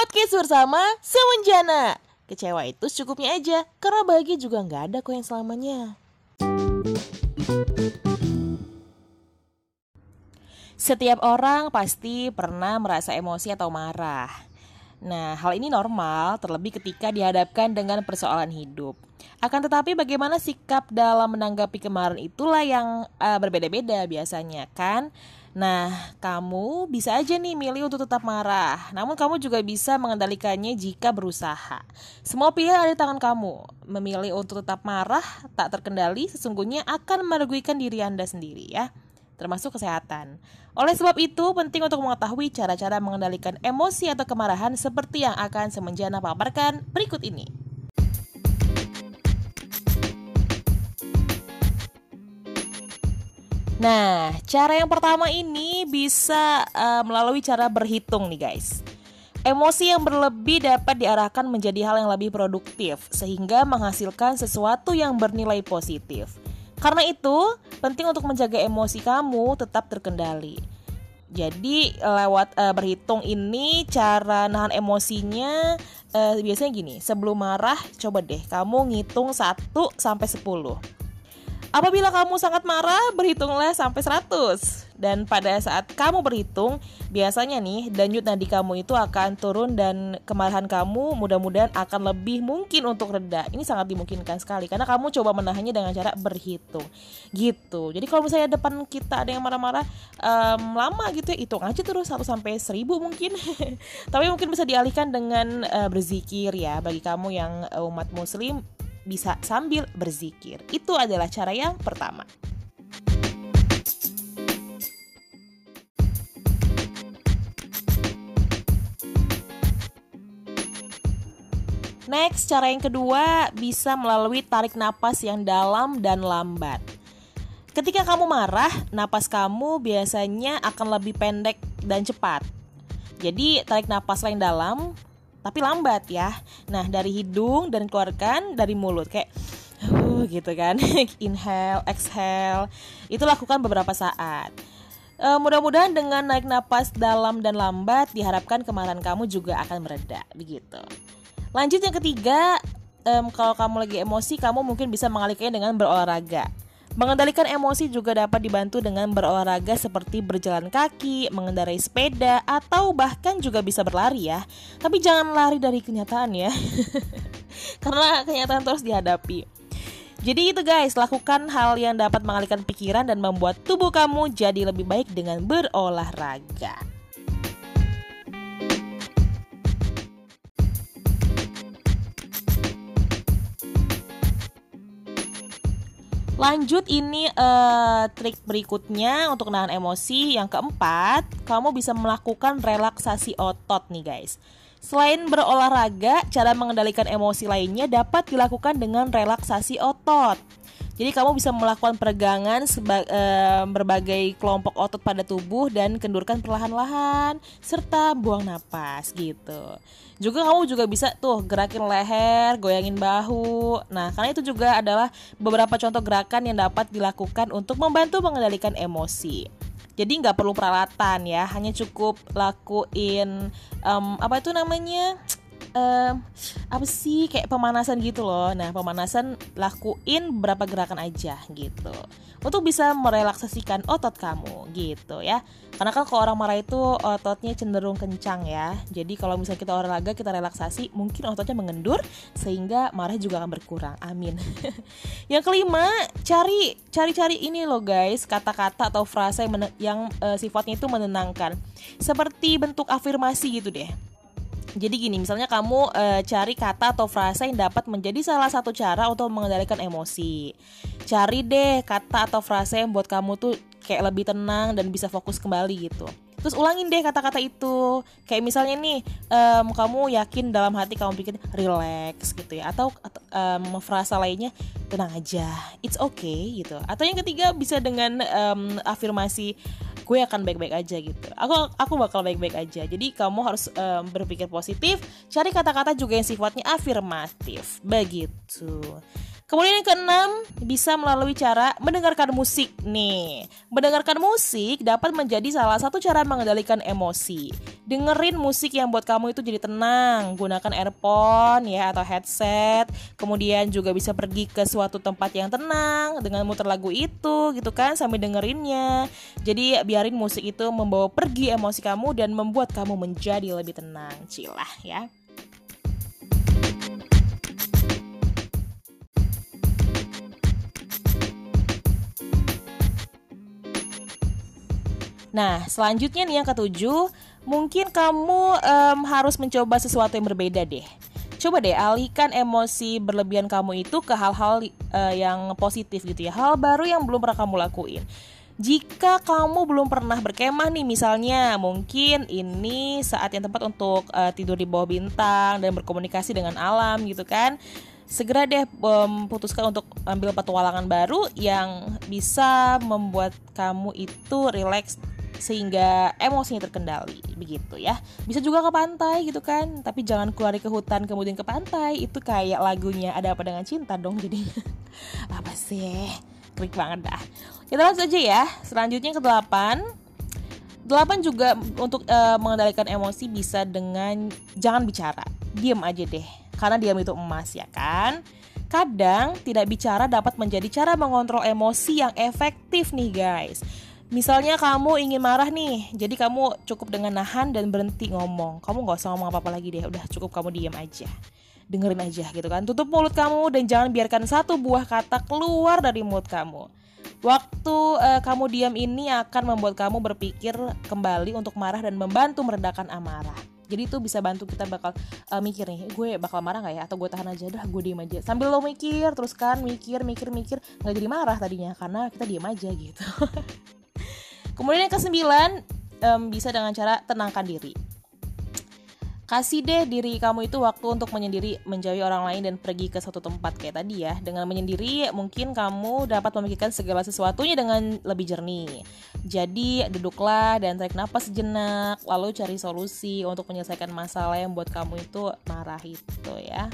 Podcast bersama Semenjana. Kecewa itu secukupnya aja, karena bahagia juga gak ada kok yang selamanya. Setiap orang pasti pernah merasa emosi atau marah. Nah, hal ini normal, terlebih ketika dihadapkan dengan persoalan hidup. Akan tetapi bagaimana sikap dalam menanggapi kemarahan itulah yang berbeda-beda biasanya, kan? Nah, kamu bisa aja nih milih untuk tetap marah. Namun kamu juga bisa mengendalikannya jika berusaha. Semua pilihan ada di tangan kamu. Memilih untuk tetap marah, tak terkendali, sesungguhnya akan merugikan diri Anda sendiri ya, termasuk kesehatan. Oleh sebab itu, penting untuk mengetahui cara-cara mengendalikan emosi atau kemarahan seperti yang akan Semenjana paparkan berikut ini. Nah, cara yang pertama ini bisa melalui cara berhitung nih guys. Emosi yang berlebih dapat diarahkan menjadi hal yang lebih produktif, sehingga menghasilkan sesuatu yang bernilai positif. Karena itu, penting untuk menjaga emosi kamu tetap terkendali. Jadi lewat berhitung ini, cara nahan emosinya biasanya gini. Sebelum marah, coba deh kamu ngitung 1 sampai 10. Apabila kamu sangat marah, berhitunglah sampai 100. Dan pada saat kamu berhitung, biasanya nih denyut nadi kamu itu akan turun dan kemarahan kamu mudah-mudahan akan lebih mungkin untuk reda. Ini sangat dimungkinkan sekali karena kamu coba menahannya dengan cara berhitung. Gitu. Jadi kalau misalnya depan kita ada yang marah-marah lama gitu ya, hitung aja terus 1 sampai 1000 mungkin. Tapi mungkin bisa dialihkan dengan berzikir ya, bagi kamu yang umat muslim bisa sambil berzikir. Itu adalah cara yang pertama. Next, cara yang kedua bisa melalui tarik napas yang dalam dan lambat. Ketika kamu marah, napas kamu biasanya akan lebih pendek dan cepat. Jadi tarik napas yang dalam tapi lambat ya. Nah, dari hidung dan keluarkan dari mulut kayak gitu kan. Inhale, exhale. Itu lakukan beberapa saat. Mudah-mudahan dengan naik napas dalam dan lambat diharapkan kemarahan kamu juga akan mereda begitu. Lanjut yang ketiga, kalau kamu lagi emosi, kamu mungkin bisa mengalihkannya dengan berolahraga. Mengendalikan emosi juga dapat dibantu dengan berolahraga seperti berjalan kaki, mengendarai sepeda, atau bahkan juga bisa berlari ya. Tapi jangan lari dari kenyataan ya. Karena kenyataan terus dihadapi. Jadi itu guys, lakukan hal yang dapat mengalihkan pikiran dan membuat tubuh kamu jadi lebih baik dengan berolahraga. Lanjut ini trik berikutnya untuk nahan emosi. Yang keempat, kamu bisa melakukan relaksasi otot nih guys. Selain berolahraga, cara mengendalikan emosi lainnya dapat dilakukan dengan relaksasi otot. Jadi kamu bisa melakukan peregangan berbagai kelompok otot pada tubuh dan kendurkan perlahan-lahan serta buang napas gitu. Juga kamu juga bisa tuh gerakin leher, goyangin bahu. Nah, karena itu juga adalah beberapa contoh gerakan yang dapat dilakukan untuk membantu mengendalikan emosi. Jadi nggak perlu peralatan ya, hanya cukup lakuin kayak pemanasan gitu loh. Nah, pemanasan lakuin beberapa gerakan aja gitu untuk bisa merelaksasikan otot kamu gitu ya. Karena kan kalau orang marah itu ototnya cenderung kencang ya. Jadi kalau misalnya kita olahraga, kita relaksasi, mungkin ototnya mengendur sehingga marah juga akan berkurang. Amin. Yang kelima, cari ini loh guys, kata-kata atau frasa yang sifatnya itu menenangkan. Seperti bentuk afirmasi gitu deh. Jadi gini, misalnya kamu cari kata atau frasa yang dapat menjadi salah satu cara untuk mengendalikan emosi. Cari deh kata atau frasa yang buat kamu tuh kayak lebih tenang dan bisa fokus kembali gitu. Terus ulangin deh kata-kata itu. Kayak misalnya nih, kamu yakin dalam hati kamu bikin relax gitu ya. Atau frasa lainnya, tenang aja, it's okay gitu. Atau yang ketiga bisa dengan afirmasi, gue akan baik-baik aja gitu. Aku bakal baik-baik aja. Jadi kamu harus berpikir positif. Cari kata-kata juga yang sifatnya afirmatif. Begitu. Kemudian yang keenam, bisa melalui cara mendengarkan musik nih. Mendengarkan musik dapat menjadi salah satu cara mengendalikan emosi. Dengerin musik yang buat kamu itu jadi tenang. Gunakan earphone ya atau headset. Kemudian juga bisa pergi ke suatu tempat yang tenang dengan muter lagu itu gitu kan sambil dengerinnya. Jadi biarin musik itu membawa pergi emosi kamu dan membuat kamu menjadi lebih tenang. Cilah ya. Nah, selanjutnya nih yang ketujuh, mungkin kamu harus mencoba sesuatu yang berbeda deh. Coba deh alihkan emosi berlebihan kamu itu ke hal-hal yang positif gitu ya. Hal baru yang belum pernah kamu lakuin. Jika kamu belum pernah berkemah nih misalnya, mungkin ini saat yang tepat untuk tidur di bawah bintang dan berkomunikasi dengan alam gitu kan. Segera deh putuskan untuk ambil petualangan baru yang bisa membuat kamu itu rileks sehingga emosinya terkendali begitu ya. Bisa juga ke pantai gitu kan, tapi jangan keluar ke hutan kemudian ke pantai. Itu kayak lagunya Ada Apa Dengan Cinta dong jadi. Apa sih? Klik banget dah. Kita lanjut aja ya. Selanjutnya ke 8. 8 juga untuk mengendalikan emosi bisa dengan jangan bicara. Diam aja deh. Karena diam itu emas ya kan. Kadang tidak bicara dapat menjadi cara mengontrol emosi yang efektif nih guys. Misalnya kamu ingin marah nih, jadi kamu cukup dengan nahan dan berhenti ngomong. Kamu gak usah ngomong apa-apa lagi deh, udah cukup kamu diam aja. Dengerin aja gitu kan. Tutup mulut kamu dan jangan biarkan satu buah kata keluar dari mulut kamu. Waktu kamu diam ini akan membuat kamu berpikir kembali untuk marah dan membantu meredakan amarah. Jadi itu bisa bantu kita bakal mikir nih, gue bakal marah gak ya? Atau gue tahan aja, dah gue diem aja. Sambil lo mikir, terus kan mikir, gak jadi marah tadinya karena kita diem aja gitu. Kemudian yang ke-9, bisa dengan cara tenangkan diri. Kasih deh diri kamu itu waktu untuk menyendiri, menjauhi orang lain dan pergi ke suatu tempat kayak tadi ya. Dengan menyendiri mungkin kamu dapat memikirkan segala sesuatunya dengan lebih jernih. Jadi duduklah dan tarik napas sejenak, lalu cari solusi untuk menyelesaikan masalah yang buat kamu itu marah itu ya.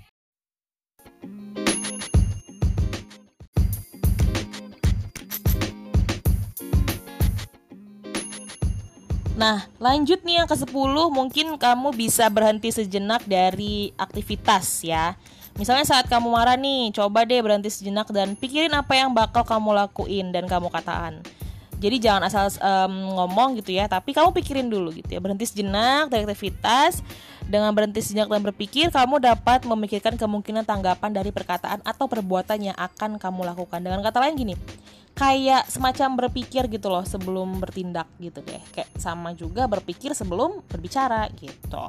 Nah, lanjut nih yang ke-10, mungkin kamu bisa berhenti sejenak dari aktivitas ya. Misalnya saat kamu marah nih, coba deh berhenti sejenak dan pikirin apa yang bakal kamu lakuin dan kamu katakan. Jadi jangan asal ngomong gitu ya, tapi kamu pikirin dulu gitu ya. Berhenti sejenak dari aktivitas. Dengan berhenti sejenak dan berpikir, kamu dapat memikirkan kemungkinan tanggapan dari perkataan atau perbuatan yang akan kamu lakukan. Dengan kata lain gini, kayak semacam berpikir gitu loh sebelum bertindak gitu deh. Kayak sama juga berpikir sebelum berbicara gitu.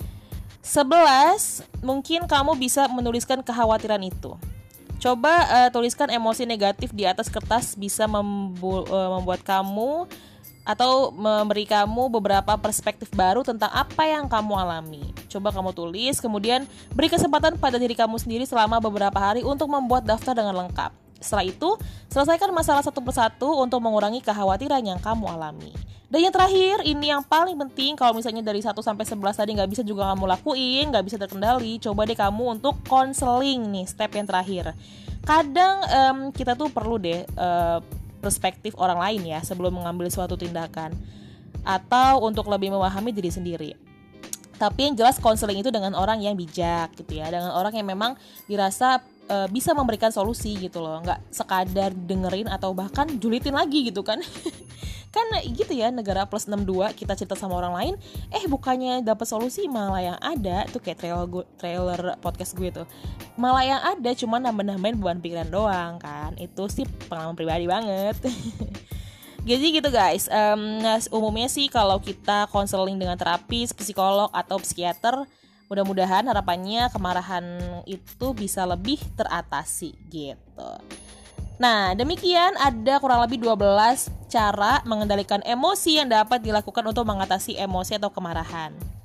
11, mungkin kamu bisa menuliskan kekhawatiran itu. Coba tuliskan emosi negatif di atas kertas, bisa membuat kamu atau memberi kamu beberapa perspektif baru tentang apa yang kamu alami. Coba kamu tulis, kemudian beri kesempatan pada diri kamu sendiri selama beberapa hari untuk membuat daftar dengan lengkap. Setelah itu, selesaikan masalah satu persatu untuk mengurangi kekhawatiran yang kamu alami. Dan yang terakhir, ini yang paling penting, kalau misalnya dari 1 sampai 11 tadi gak bisa juga kamu lakuin, gak bisa terkendali, coba deh kamu untuk konseling nih, step yang terakhir. Kadang kita tuh perlu deh perspektif orang lain ya sebelum mengambil suatu tindakan atau untuk lebih memahami diri sendiri. Tapi yang jelas konseling itu dengan orang yang bijak gitu ya, dengan orang yang memang dirasa bisa memberikan solusi gitu loh, nggak sekadar dengerin atau bahkan julitin lagi gitu kan. Kan gitu ya, negara plus 62 kita cerita sama orang lain, bukannya dapat solusi malah yang ada tuh kayak trailer podcast gue tuh, malah yang ada cuma nambah-nambahin beban pikiran doang kan. Itu sih pengalaman pribadi banget. Jadi gitu guys, umumnya sih kalau kita konseling dengan terapis, psikolog atau psikiater, mudah-mudahan harapannya kemarahan itu bisa lebih teratasi gitu. Nah, demikian ada kurang lebih 12 cara mengendalikan emosi yang dapat dilakukan untuk mengatasi emosi atau kemarahan.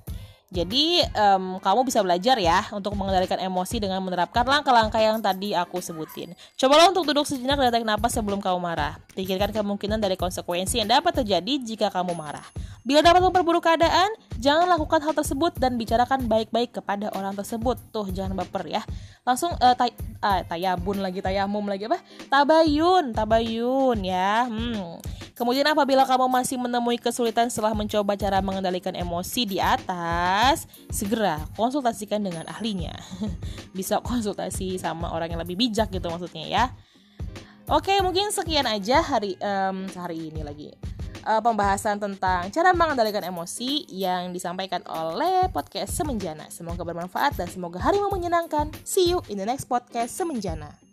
Jadi kamu bisa belajar ya untuk mengendalikan emosi dengan menerapkan langkah-langkah yang tadi aku sebutin. Cobalah untuk duduk sejenak dan tarik napas sebelum kamu marah. Pikirkan kemungkinan dari konsekuensi yang dapat terjadi jika kamu marah. Bila dapat memperburuk keadaan, jangan lakukan hal tersebut dan bicarakan baik-baik kepada orang tersebut. Tuh, jangan baper ya. Langsung tayamum lagi apa? Tabayun ya. Kemudian apabila kamu masih menemui kesulitan setelah mencoba cara mengendalikan emosi di atas, segera konsultasikan dengan ahlinya. Bisa konsultasi sama orang yang lebih bijak gitu maksudnya ya. Oke, mungkin sekian aja hari ini lagi. Pembahasan tentang cara mengendalikan emosi yang disampaikan oleh podcast Semenjana. Semoga bermanfaat dan semoga harimu menyenangkan. See you in the next podcast Semenjana.